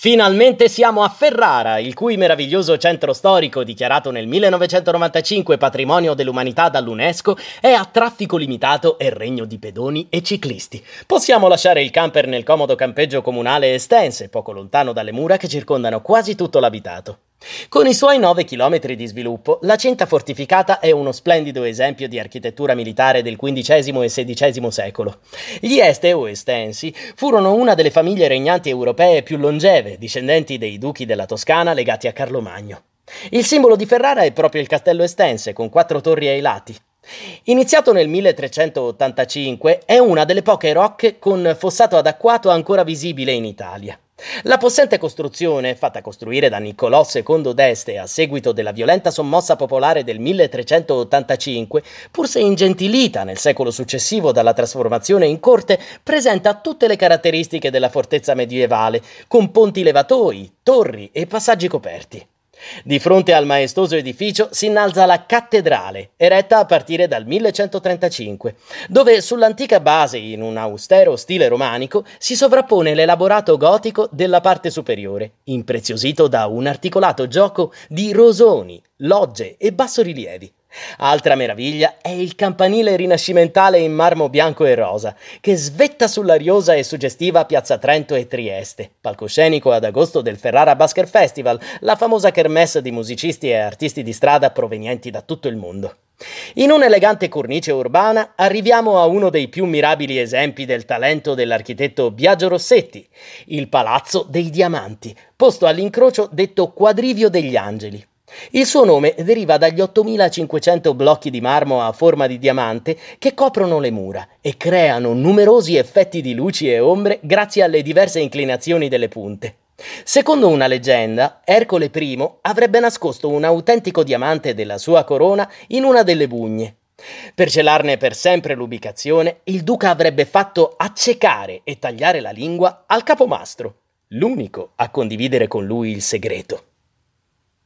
Finalmente siamo a Ferrara, il cui meraviglioso centro storico, dichiarato nel 1995 patrimonio dell'umanità dall'UNESCO, è a traffico limitato e regno di pedoni e ciclisti. Possiamo lasciare il camper nel comodo campeggio comunale Estense, poco lontano dalle mura che circondano quasi tutto l'abitato. Con i suoi 9 chilometri di sviluppo, la cinta fortificata è uno splendido esempio di architettura militare del XV e XVI secolo. Gli Este o Estensi furono una delle famiglie regnanti europee più longeve, discendenti dei duchi della Toscana legati a Carlo Magno. Il simbolo di Ferrara è proprio il castello Estense, con 4 torri ai lati. Iniziato nel 1385, è una delle poche rocche con fossato adacquato ancora visibile in Italia. La possente costruzione, fatta costruire da Niccolò II d'Este a seguito della violenta sommossa popolare del 1385, pur se ingentilita nel secolo successivo dalla trasformazione in corte, presenta tutte le caratteristiche della fortezza medievale, con ponti levatoi, torri e passaggi coperti. Di fronte al maestoso edificio si innalza la cattedrale, eretta a partire dal 1135, dove sull'antica base, in un austero stile romanico, si sovrappone l'elaborato gotico della parte superiore, impreziosito da un articolato gioco di rosoni, logge e bassorilievi. Altra meraviglia è il campanile rinascimentale in marmo bianco e rosa, che svetta sull'ariosa e suggestiva Piazza Trento e Trieste, palcoscenico ad agosto del Ferrara Basker Festival, la famosa kermesse di musicisti e artisti di strada provenienti da tutto il mondo. In un'elegante cornice urbana arriviamo a uno dei più mirabili esempi del talento dell'architetto Biagio Rossetti, il Palazzo dei Diamanti, posto all'incrocio detto Quadrivio degli Angeli. Il suo nome deriva dagli 8500 blocchi di marmo a forma di diamante che coprono le mura e creano numerosi effetti di luci e ombre grazie alle diverse inclinazioni delle punte. Secondo una leggenda, Ercole I avrebbe nascosto un autentico diamante della sua corona in una delle bugne. Per celarne per sempre l'ubicazione, il duca avrebbe fatto accecare e tagliare la lingua al capomastro, l'unico a condividere con lui il segreto.